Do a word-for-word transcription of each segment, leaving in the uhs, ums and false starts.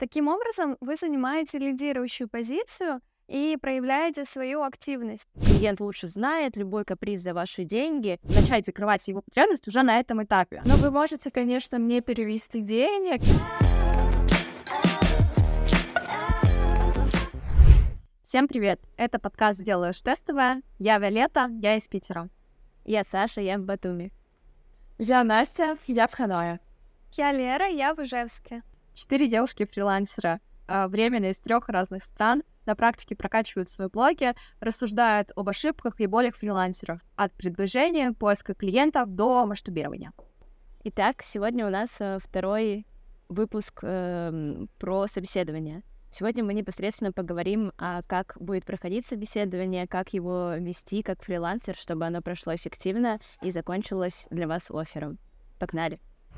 Таким образом, вы занимаете лидирующую позицию и проявляете свою активность. Клиент лучше знает любой каприз за ваши деньги. Начать закрывать его потребность уже на этом этапе. Но вы можете, конечно, мне перевести денег. Всем привет! Это подкаст «Сделаешь тестовое». Я Виолетта, я из Питера. Я Саша, я в Батуми. Я Настя, я в Ханое. Я Лера, я в Ижевске. Четыре девушки-фрилансера, а, временно из трех разных стран, на практике прокачивают свои блоги, рассуждают об ошибках и болях фрилансеров, от предложения, поиска клиентов до масштабирования. Итак, сегодня у нас э, второй выпуск э, про собеседование. Сегодня мы непосредственно поговорим, а как будет проходить собеседование, как его вести как фрилансер, чтобы оно прошло эффективно и закончилось для вас оффером. Погнали!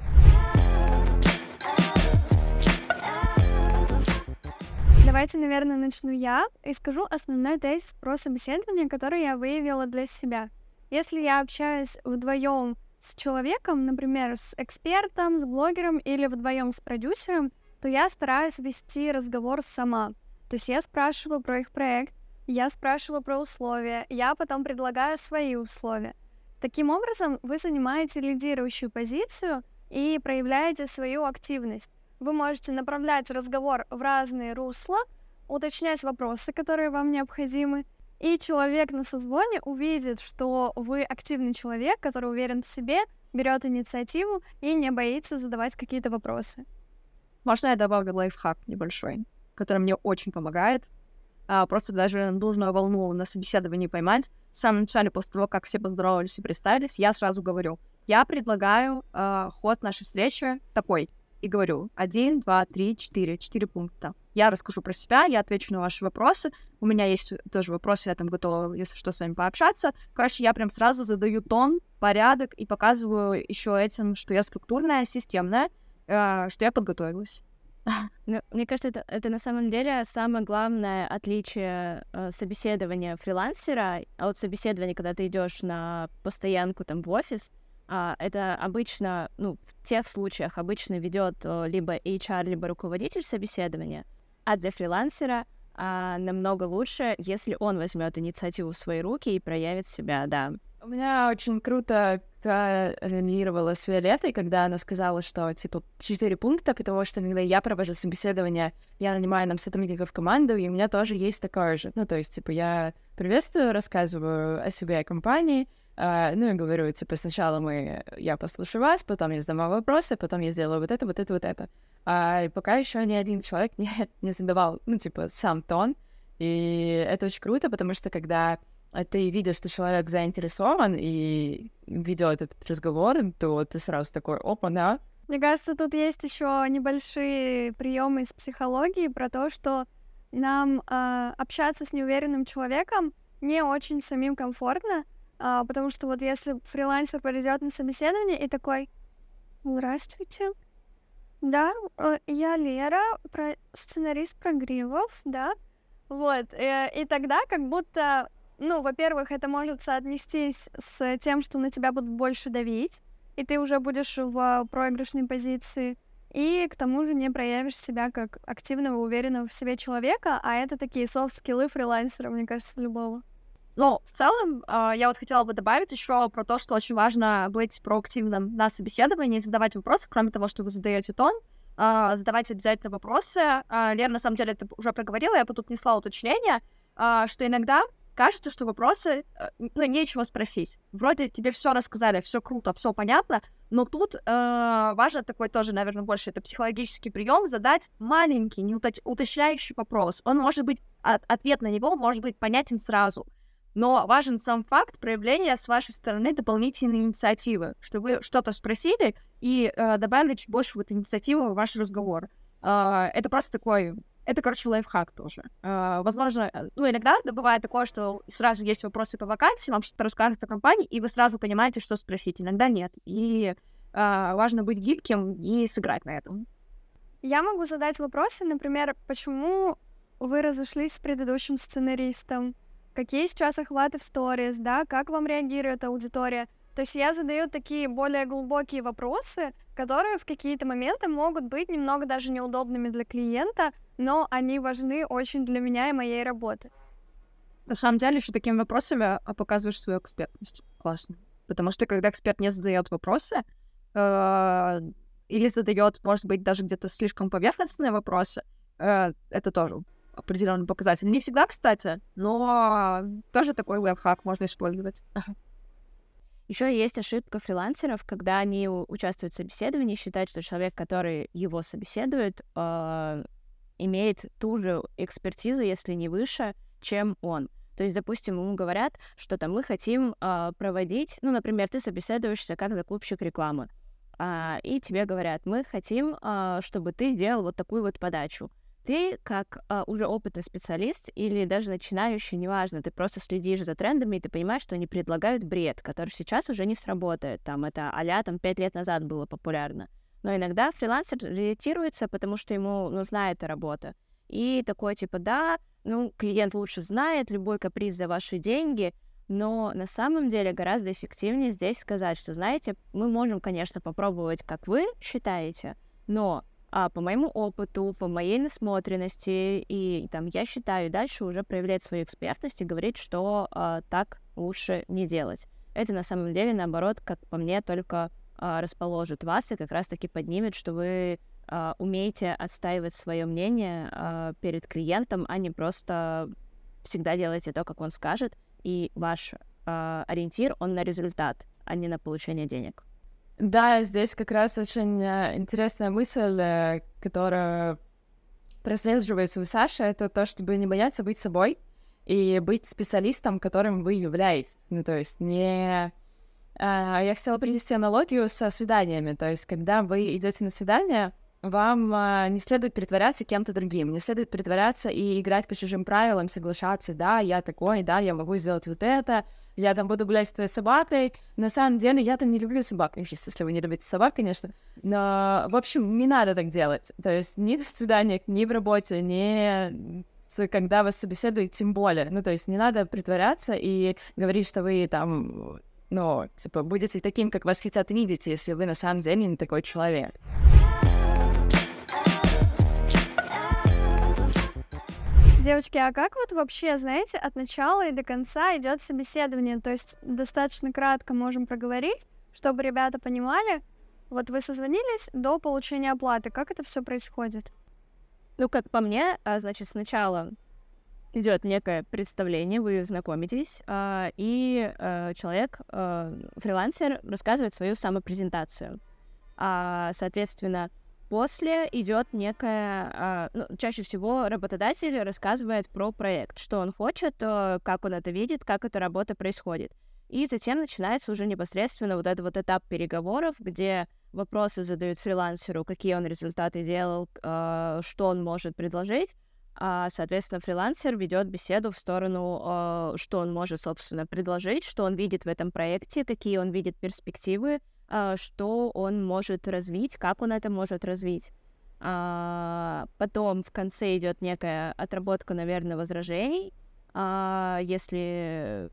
Давайте, наверное, начну я и скажу основной тезис про собеседование, который я выявила для себя. Если я общаюсь вдвоем с человеком, например, с экспертом, с блогером или вдвоем с продюсером, то я стараюсь вести разговор сама. То есть я спрашиваю про их проект, я спрашиваю про условия, я потом предлагаю свои условия. Таким образом, вы занимаете лидирующую позицию и проявляете свою активность. Вы можете направлять разговор в разные русла, уточнять вопросы, которые вам необходимы, и человек на созвоне увидит, что вы активный человек, который уверен в себе, берет инициативу и не боится задавать какие-то вопросы. Можно я добавлю лайфхак небольшой, который мне очень помогает. А, просто даже нужную волну на собеседовании поймать. В самом начале, после того, как все поздоровались и представились, я сразу говорю, я предлагаю э, ход нашей встречи такой. И говорю, один, два, три, четыре, четыре пункта. Я расскажу про себя, я отвечу на ваши вопросы. У меня есть тоже вопросы, я там готова, если что, с вами пообщаться. Короче, я прям сразу задаю тон, порядок и показываю еще этим, что я структурная, системная, э, что я подготовилась. Ну, мне кажется, это, это на самом деле самое главное отличие э, собеседования фрилансера от собеседования, когда ты идешь на постоянку там в офис. Uh, это обычно, ну, в тех случаях обычно ведет uh, либо эйч ар, либо руководитель собеседования, а для фрилансера uh, намного лучше, если он возьмет инициативу в свои руки и проявит себя, да. У меня очень круто коррелировало с Виолеттой, когда она сказала, что, типа, четыре пункта, потому что, когда я провожу собеседование, я нанимаю нам сотрудников в команду, и у меня тоже есть такое же. Ну, то есть, типа, я приветствую, рассказываю о себе, о компании, Uh, ну и говорю, типа, сначала мы, я послушаю вас, потом я задам вам вопросы, потом я сделаю вот это, вот это, вот это. Uh, и пока еще ни один человек не, не задавал, ну, типа, сам тон. И это очень круто, потому что когда ты видишь, что человек заинтересован и ведет этот разговор, то ты сразу такой, опа, да. Мне кажется, тут есть еще небольшие приемы из психологии про то, что нам э, общаться с неуверенным человеком не очень самим комфортно. А, потому что вот если фрилансер придет на собеседование и такой, здравствуйте, да, я Лера, про... сценарист прогревов, да, вот, и, и тогда как будто, ну, во-первых, это может соотнестись с тем, что на тебя будут больше давить, и ты уже будешь в проигрышной позиции, и к тому же не проявишь себя как активного, уверенного в себе человека, а это такие софт-скиллы фрилансера, мне кажется, любого. Ну, в целом, э, я вот хотела бы добавить еще про то, что очень важно быть проактивным на собеседовании, задавать вопросы, кроме того, что вы задаете тон, э, задавать обязательно вопросы. Э, Лера, на самом деле, это уже проговорила, я бы тут несла уточнение, э, что иногда кажется, что вопросы, э, ну, нечего спросить. Вроде тебе все рассказали, все круто, все понятно, но тут э, важно такой тоже, наверное, больше это психологический прием, задать маленький, не уточ- уточняющий вопрос. Он может быть, от- ответ на него может быть понятен сразу. Но важен сам факт проявления с вашей стороны дополнительной инициативы, что вы что-то спросили и э, добавили чуть больше вот инициативы в ваш разговор. Э, это просто такой, это, короче, лайфхак тоже. Э, возможно, ну, иногда бывает такое, что сразу есть вопросы по вакансии, вам что-то расскажут о компании, и вы сразу понимаете, что спросить. Иногда нет. И э, важно быть гибким и сыграть на этом. Я могу задать вопросы, например, почему вы разошлись с предыдущим сценаристом? Какие сейчас охваты в сторис, да, как вам реагирует аудитория? То есть я задаю такие более глубокие вопросы, которые в какие-то моменты могут быть немного даже неудобными для клиента, но они важны очень для меня и моей работы. На самом деле, еще такими вопросами показываешь свою экспертность. Классно. Потому что когда эксперт не задает вопросы, э- или задает, может быть, даже где-то слишком поверхностные вопросы, э- это тоже определенный показатель. Не всегда, кстати, но тоже такой лайфхак можно использовать. Еще есть ошибка фрилансеров, когда они у- участвуют в собеседовании, считают, что человек, который его собеседует, э, имеет ту же экспертизу, если не выше, чем он. То есть, допустим, ему говорят, что там мы хотим э, проводить, ну, например, ты собеседуешься как закупщик рекламы, а, и тебе говорят, мы хотим, э, чтобы ты делал вот такую вот подачу. Ты, как а, уже опытный специалист или даже начинающий, неважно, ты просто следишь за трендами, и ты понимаешь, что они предлагают бред, который сейчас уже не сработает. Там это а-ля там пять лет назад было популярно. Но иногда фрилансер редактируется, потому что ему нужна эта работа. И такой типа, да, ну, клиент лучше знает, любой каприз за ваши деньги, но на самом деле гораздо эффективнее здесь сказать, что, знаете, мы можем, конечно, попробовать, как вы считаете, но а по моему опыту, по моей насмотренности, и там я считаю дальше уже проявлять свою экспертность и говорить, что а, так лучше не делать. Это на самом деле, наоборот, как по мне, только а, расположит вас и как раз-таки поднимет, что вы а, умеете отстаивать свое мнение а, перед клиентом, а не просто всегда делаете то, как он скажет, и ваш а, ориентир, он на результат, а не на получение денег. Да, здесь как раз очень э, интересная мысль, э, которая прослеживается у Саши, это то, чтобы не бояться быть собой и быть специалистом, которым вы являетесь. Ну, то есть не... Э, я хотела привести аналогию со свиданиями. То есть когда вы идете на свидание, вам э, не следует притворяться кем-то другим, не следует притворяться и играть по чужим правилам, соглашаться, да, я такой, да, я могу сделать вот это, я там буду гулять с твоей собакой. На самом деле, я там не люблю собак, если вы не любите собак, конечно, но, в общем, не надо так делать. То есть ни на свиданиях, ни в работе, ни с, когда вас собеседуют, тем более. Ну, то есть не надо притворяться и говорить, что вы там, ну, типа, будете таким, как вас хотят видеть, если вы на самом деле не такой человек. Девочки, а как вот вообще, знаете, от начала и до конца идет собеседование? То есть достаточно кратко можем проговорить, чтобы ребята понимали, вот вы созвонились до получения оплаты, как это все происходит? Ну, как по мне, значит, сначала идет некое представление, вы знакомитесь, и человек, фрилансер, рассказывает свою самопрезентацию. Соответственно, после идет некая, ну, чаще всего работодатель рассказывает про проект, что он хочет, как он это видит, как эта работа происходит. И затем начинается уже непосредственно вот этот вот этап переговоров, где вопросы задают фрилансеру, какие он результаты делал, что он может предложить. А, соответственно, фрилансер ведет беседу в сторону, что он может, собственно, предложить, что он видит в этом проекте, какие он видит перспективы, что он может развить, как он это может развить. А, потом в конце идет некая отработка, наверное, возражений. А, если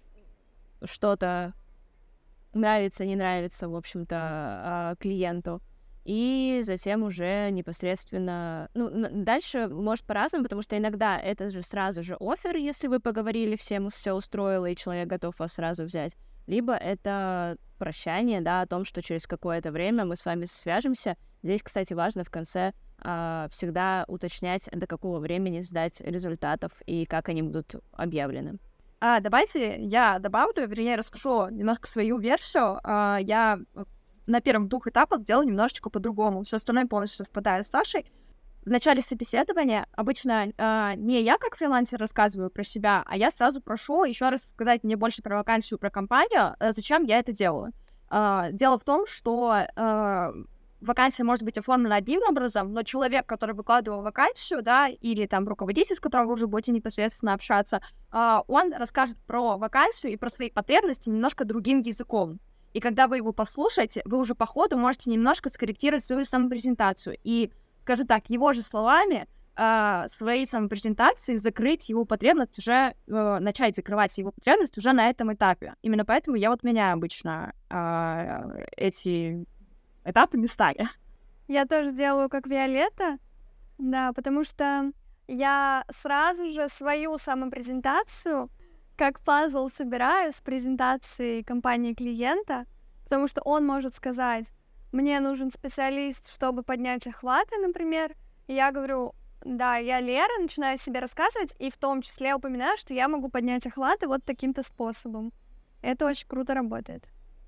что-то нравится, не нравится, в общем-то, клиенту. И затем уже непосредственно... Ну, дальше может по-разному, потому что иногда это же сразу же оффер, если вы поговорили, всем все устроило, и человек готов вас сразу взять. Либо это прощание, да, о том, что через какое-то время мы с вами свяжемся. Здесь, кстати, важно в конце а, всегда уточнять, до какого времени сдать результатов и как они будут объявлены. А, давайте я добавлю, вернее, расскажу немножко свою версию. А, я на первых двух этапах делала немножечко по-другому. Все остальное полностью совпадает с Сашей. В начале собеседования обычно э, не я как фрилансер рассказываю про себя, а я сразу прошу еще раз сказать мне больше про вакансию, про компанию, э, зачем я это делаю. Э, дело в том, что э, вакансия может быть оформлена одним образом, но человек, который выкладывал вакансию, да, или там руководитель, с которым вы уже будете непосредственно общаться, э, он расскажет про вакансию и про свои потребности немножко другим языком. И когда вы его послушаете, вы уже по ходу можете немножко скорректировать свою самопрезентацию. И скажу так, его же словами, э, своей самопрезентации закрыть его потребность уже, э, начать закрывать его потребность уже на этом этапе. Именно поэтому я вот меняю обычно э, эти этапы местами. Я тоже делаю как Виолетта, да, потому что я сразу же свою самопрезентацию как пазл собираю с презентацией компании клиента, потому что он может сказать: мне нужен специалист, чтобы поднять охваты, например, и я говорю: да, я Лера, начинаю себе рассказывать, и в том числе упоминаю, что я могу поднять охваты вот таким-то способом. Это очень круто работает.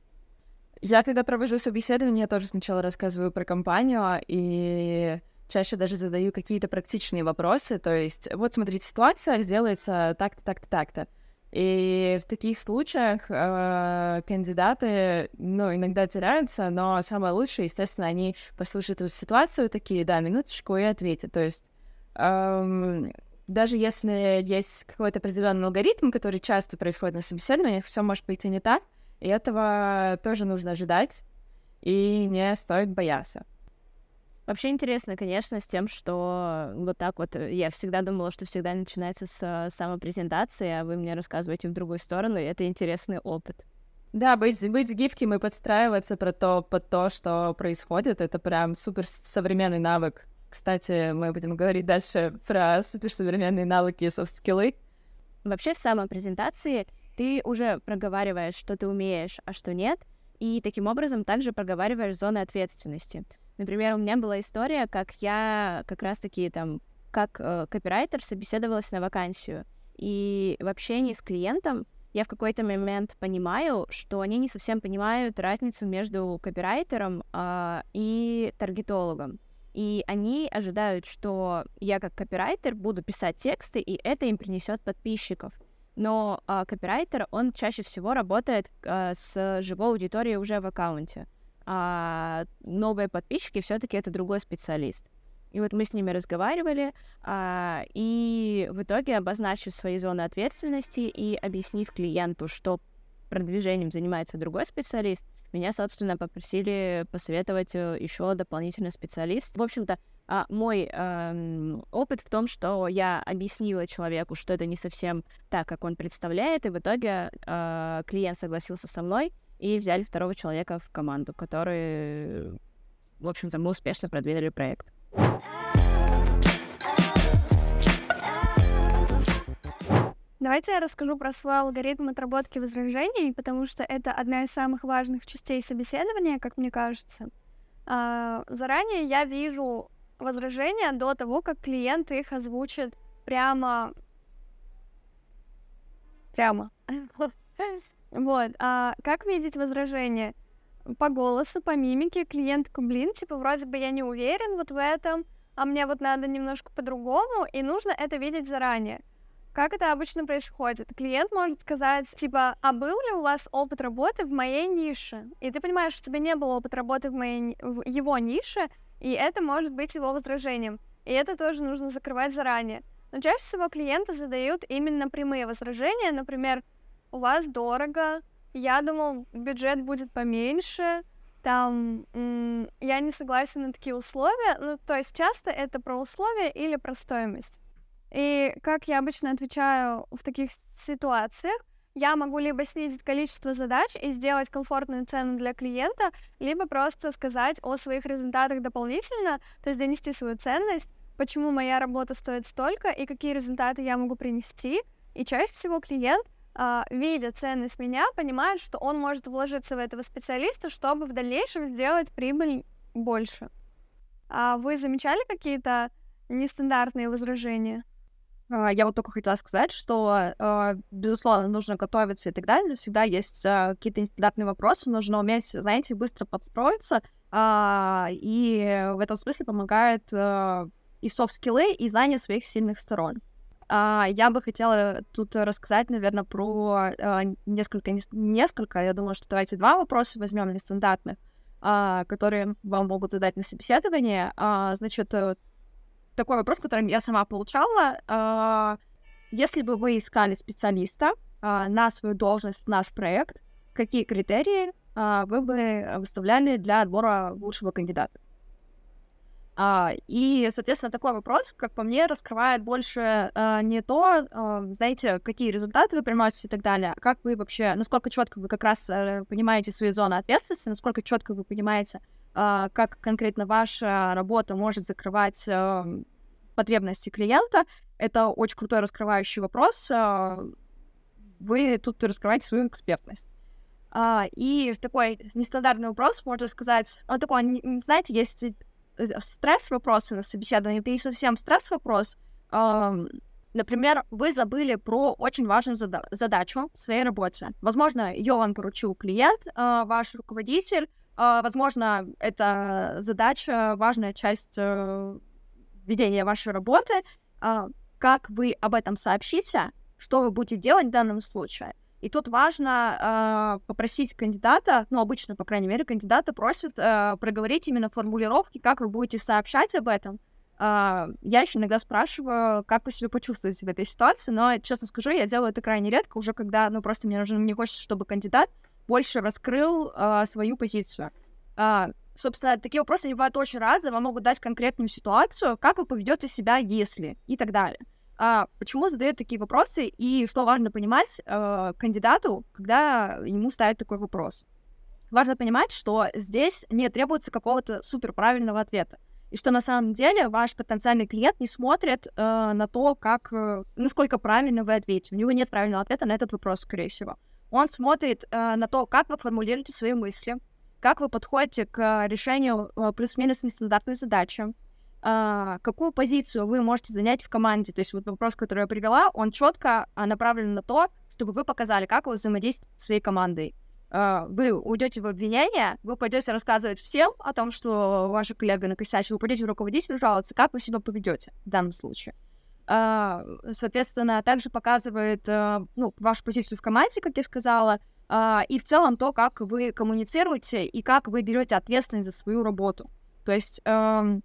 Я, когда провожу собеседование, я тоже сначала рассказываю про компанию, и чаще даже задаю какие-то практичные вопросы, то есть, вот, смотрите, ситуация сделается так-то, так-то, так-то. И в таких случаях э, кандидаты, ну, иногда теряются, но самое лучшее, естественно, они послушают эту ситуацию, такие: да, минуточку, и ответят. То есть эм, даже если есть какой-то определенный алгоритм, который часто происходит на собеседованиях, все может пойти не так, и этого тоже нужно ожидать, и не стоит бояться. Вообще интересно, конечно, с тем, что вот так вот я всегда думала, что всегда начинается с самопрезентации, а вы мне рассказываете в другую сторону, и это интересный опыт. Да, быть, быть гибким и подстраиваться про то, под то, что происходит, это прям супер современный навык. Кстати, мы будем говорить дальше про суперсовременные навыки и софт-скиллы. Вообще в самопрезентации ты уже проговариваешь, что ты умеешь, а что нет, и таким образом также проговариваешь зоны ответственности. Например, у меня была история, как я как раз-таки там, как э, копирайтер собеседовалась на вакансию, и в общении с клиентом я в какой-то момент понимаю, что они не совсем понимают разницу между копирайтером э, и таргетологом. И они ожидают, что я как копирайтер буду писать тексты, и это им принесет подписчиков. Но э, копирайтер, он чаще всего работает э, с живой аудиторией уже в аккаунте. А новые подписчики все-таки это другой специалист. И вот мы с ними разговаривали, а, и в итоге, обозначив свои зоны ответственности и объяснив клиенту, что продвижением занимается другой специалист, меня, собственно, попросили посоветовать еще дополнительный специалист. В общем-то, а, мой э, опыт в том, что я объяснила человеку, что это не совсем так, как он представляет, и в итоге э, клиент согласился со мной, и взяли второго человека в команду, который, в общем-то, мы успешно продвинули проект. Давайте я расскажу про свой алгоритм отработки возражений, потому что это одна из самых важных частей собеседования, как мне кажется. А, заранее я вижу возражения до того, как клиент их озвучит прямо... Прямо. Вот, а как видеть возражение? По голосу, по мимике клиент такой: блин, типа, вроде бы я не уверен вот в этом, а мне вот надо немножко по-другому, и нужно это видеть заранее. Как это обычно происходит? Клиент может сказать, типа: а был ли у вас опыт работы в моей нише? И ты понимаешь, что у тебя не было опыта работы в, моей, в его нише, и это может быть его возражением. И это тоже нужно закрывать заранее. Но чаще всего клиенты задают именно прямые возражения, например: у вас дорого, я думал, бюджет будет поменьше, там, м- я не согласен на такие условия. Ну, то есть часто это про условия или про стоимость. И как я обычно отвечаю в таких ситуациях, я могу либо снизить количество задач и сделать комфортную цену для клиента, либо просто сказать о своих результатах дополнительно, то есть донести свою ценность, почему моя работа стоит столько и какие результаты я могу принести. И чаще всего клиент, Uh, видя ценность меня, понимает, что он может вложиться в этого специалиста, чтобы в дальнейшем сделать прибыль больше. А вы замечали какие-то нестандартные возражения? Uh, я вот только хотела сказать, что, uh, безусловно, нужно готовиться и так далее, но всегда есть uh, какие-то нестандартные вопросы, нужно уметь, знаете, быстро подстроиться, uh, и в этом смысле помогает uh, и софт-скиллы, и знание своих сильных сторон. Uh, я бы хотела тут рассказать, наверное, про uh, несколько, не, несколько, я думаю, что давайте два вопроса возьмем нестандартных, uh, которые вам могут задать на собеседовании. Uh, значит, uh, такой вопрос, который я сама получала. Uh, если бы вы искали специалиста uh, на свою должность, наш проект, какие критерии uh, вы бы выставляли для отбора лучшего кандидата? А, и, соответственно, такой вопрос, как по мне, раскрывает больше а, не то, а, знаете, какие результаты вы приносите и так далее, а как вы вообще, насколько четко вы как раз а, понимаете свои зоны ответственности, насколько четко вы понимаете, а, как конкретно ваша работа может закрывать а, потребности клиента. Это очень крутой раскрывающий вопрос. А, вы тут раскрываете свою экспертность. А, и такой нестандартный вопрос, можно сказать, он такой, не- знаете, есть стресс-вопросы на собеседовании, это не совсем стресс-вопрос. Ам, Например, вы забыли про очень важную зада- задачу в своей работе. Возможно, ее вам поручил клиент, а, ваш руководитель. А, Возможно, это задача, важная часть э, ведения вашей работы. А, Как вы об этом сообщите, что вы будете делать в данном случае. И тут важно э, попросить кандидата, ну, обычно, по крайней мере, кандидата просят э, проговорить именно формулировки, как вы будете сообщать об этом. Э, я еще иногда спрашиваю, как вы себя почувствуете в этой ситуации, но, честно скажу, я делаю это крайне редко, уже когда, ну, просто мне нужно, мне хочется, чтобы кандидат больше раскрыл э, свою позицию. Э, собственно, такие вопросы не бывают очень разные, вам могут дать конкретную ситуацию, как вы поведете себя, если, и так далее. А почему задают такие вопросы и что важно понимать э, кандидату, когда ему ставят такой вопрос? Важно понимать, что здесь не требуется какого-то суперправильного ответа, и что на самом деле ваш потенциальный клиент не смотрит э, на то, как, э, насколько правильно вы ответите. У него нет правильного ответа на этот вопрос, скорее всего. Он смотрит э, на то, как вы формулируете свои мысли, как вы подходите к решению э, плюс-минус нестандартной задачи, Uh, какую позицию вы можете занять в команде. То есть вот вопрос, который я привела, он четко uh, направлен на то, чтобы вы показали, как вы взаимодействуете со своей командой. Uh, вы уйдете в обвинение, вы пойдете рассказывать всем о том, что ваша коллега накосячила, вы пойдете руководителю жаловаться, как вы себя поведете в данном случае. Uh, соответственно, также показывает uh, ну, вашу позицию в команде, как я сказала, uh, и в целом то, как вы коммуницируете и как вы берете ответственность за свою работу. То есть uh,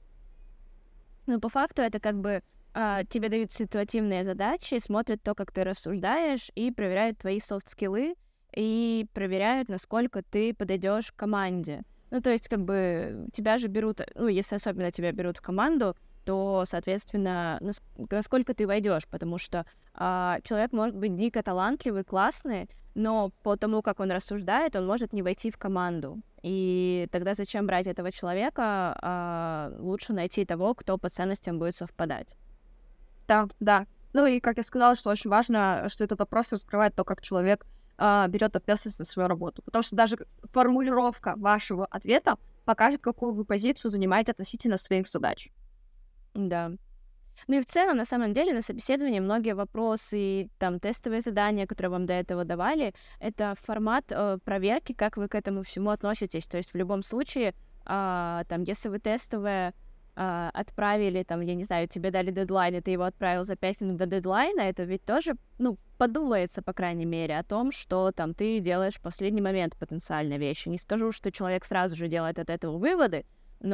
Ну, по факту это как бы а, тебе дают ситуативные задачи, смотрят то, как ты рассуждаешь, и проверяют твои софт-скиллы, и проверяют, насколько ты подойдешь к команде. Ну, то есть, как бы, тебя же берут, ну, если особенно тебя берут в команду, то, соответственно, нас- насколько ты войдешь, потому что а, человек может быть дико талантливый, классный, но по тому, как он рассуждает, он может не войти в команду. И тогда зачем брать этого человека? А, лучше найти того, кто по ценностям будет совпадать. Да, да. Ну и, как я сказала, что очень важно, что этот вопрос раскрывает то, как человек а, берет ответственность за свою работу. Потому что даже формулировка вашего ответа покажет, какую вы позицию занимаете относительно своих задач. Да. Ну и в целом, на самом деле, на собеседовании многие вопросы, там, тестовые задания, которые вам до этого давали, это формат э, проверки, как вы к этому всему относитесь. То есть в любом случае, а, там, если вы тестовые а, отправили, там, я не знаю, тебе дали дедлайн, и ты его отправил за пять минут до дедлайна, это ведь тоже, ну, подумается, по крайней мере, о том, что там ты делаешь в последний момент потенциально вещи. Не скажу, что человек сразу же делает от этого выводы,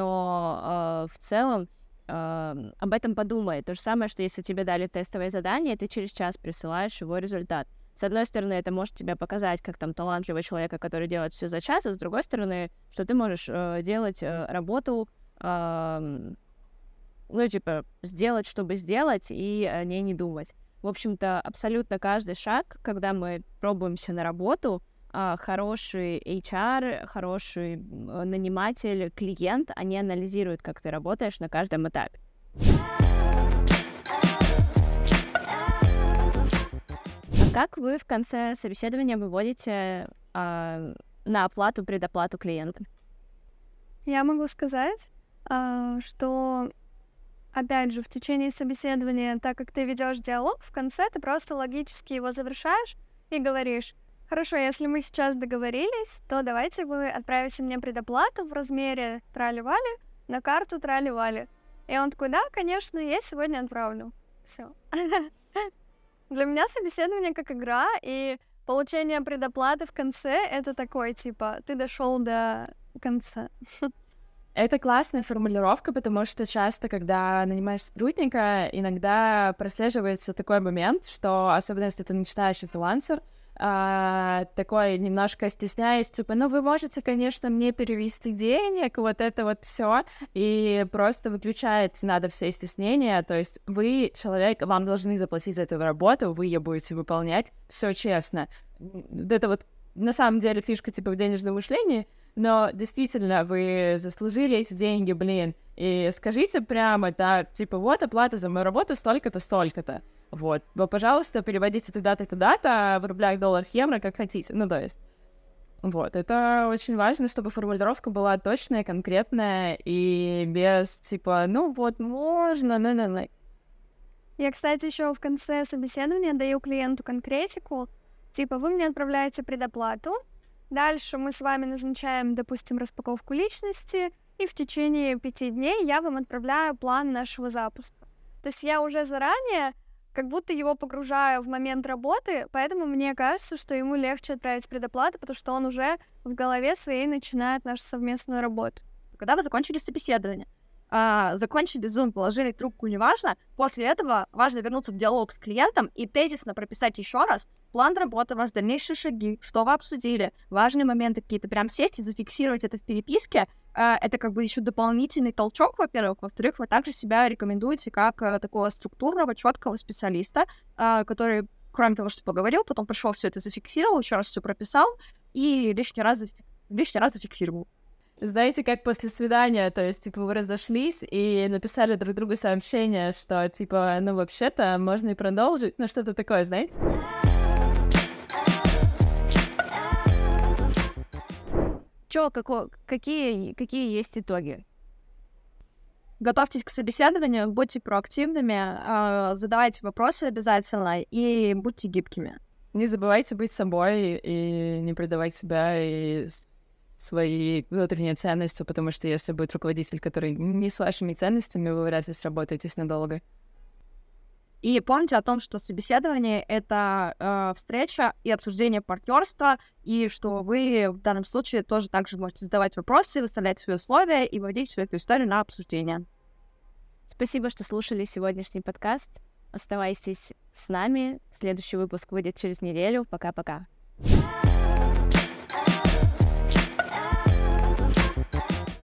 но э, в целом э, об этом подумай. То же самое, что если тебе дали тестовое задание, ты через час присылаешь его результат. С одной стороны, это может тебе показать, как там талантливого человека, который делает все за час, а с другой стороны, что ты можешь э, делать э, работу, э, ну, типа, сделать, чтобы сделать, и о ней не думать. В общем-то, абсолютно каждый шаг, когда мы пробуемся на работу, э, хороший эйч ар, хороший э, наниматель, клиент, они анализируют, как ты работаешь на каждом этапе. Как вы в конце собеседования выводите а, на оплату, предоплату клиента? Я могу сказать, а, что, опять же, в течение собеседования, так как ты ведешь диалог, в конце ты просто логически его завершаешь и говоришь: хорошо, если мы сейчас договорились, то давайте вы отправите мне предоплату в размере трали-вали на карту трали-вали. И он такой: да, конечно, я сегодня отправлю. Все. Для меня собеседование как игра, и получение предоплаты в конце — это такой, типа, ты дошел до конца. Это классная формулировка, потому что часто, когда нанимаешь сотрудника, иногда прослеживается такой момент, что, особенно если ты начинающий фрилансер, а, такой немножко стесняясь, типа, ну, вы можете, конечно, мне перевести денег, вот это вот все, и просто выключать надо все стеснения, то есть вы человек, вам должны заплатить за эту работу, вы ее будете выполнять, все честно. Это вот на самом деле фишка, типа, в денежном мышлении, но действительно вы заслужили эти деньги, блин, и скажите прямо, да, типа, вот оплата за мою работу столько-то, столько-то. Вот, вы, пожалуйста, переводите туда-то и туда-то, в рублях, долларах, евро, как хотите. Ну, то есть, вот, это очень важно, чтобы формулировка была точная, конкретная и без, типа, ну, вот, можно, на-на-на. Я, кстати, еще в конце собеседования даю клиенту конкретику, типа, вы мне отправляете предоплату, дальше мы с вами назначаем, допустим, распаковку личности, и в течение пяти дней я вам отправляю план нашего запуска. То есть я уже заранее как будто его погружаю в момент работы, поэтому мне кажется, что ему легче отправить предоплату, потому что он уже в голове своей начинает нашу совместную работу. Когда вы закончили собеседование, а, закончили Zoom, положили трубку, неважно, после этого важно вернуться в диалог с клиентом и тезисно прописать еще раз план работы, ваши дальнейшие шаги, что вы обсудили, важные моменты какие-то, прям сесть и зафиксировать это в переписке. А, это как бы еще дополнительный толчок, во-первых. Во-вторых, вы также себя рекомендуете как а, такого структурного, четкого специалиста, а, который, кроме того, что поговорил, потом пришел, все это зафиксировал, еще раз все прописал и лишний раз, зафи... лишний раз зафиксировал. Знаете, как после свидания, то есть, типа, вы разошлись и написали друг другу сообщение, что, типа, ну, вообще-то можно и продолжить, ну, что-то такое, знаете? Чё, како... какие, какие есть итоги? Готовьтесь к собеседованию, будьте проактивными, задавайте вопросы обязательно и будьте гибкими. Не забывайте быть собой и не предавать себя и свои внутренние ценности, потому что если будет руководитель, который не с вашими ценностями, вы вряд ли сработаетесь надолго. И помните о том, что собеседование — это э, встреча и обсуждение партнерства, и что вы в данном случае тоже также можете задавать вопросы, выставлять свои условия и вводить всю эту историю на обсуждение. Спасибо, что слушали сегодняшний подкаст. Оставайтесь с нами. Следующий выпуск выйдет через неделю. Пока-пока.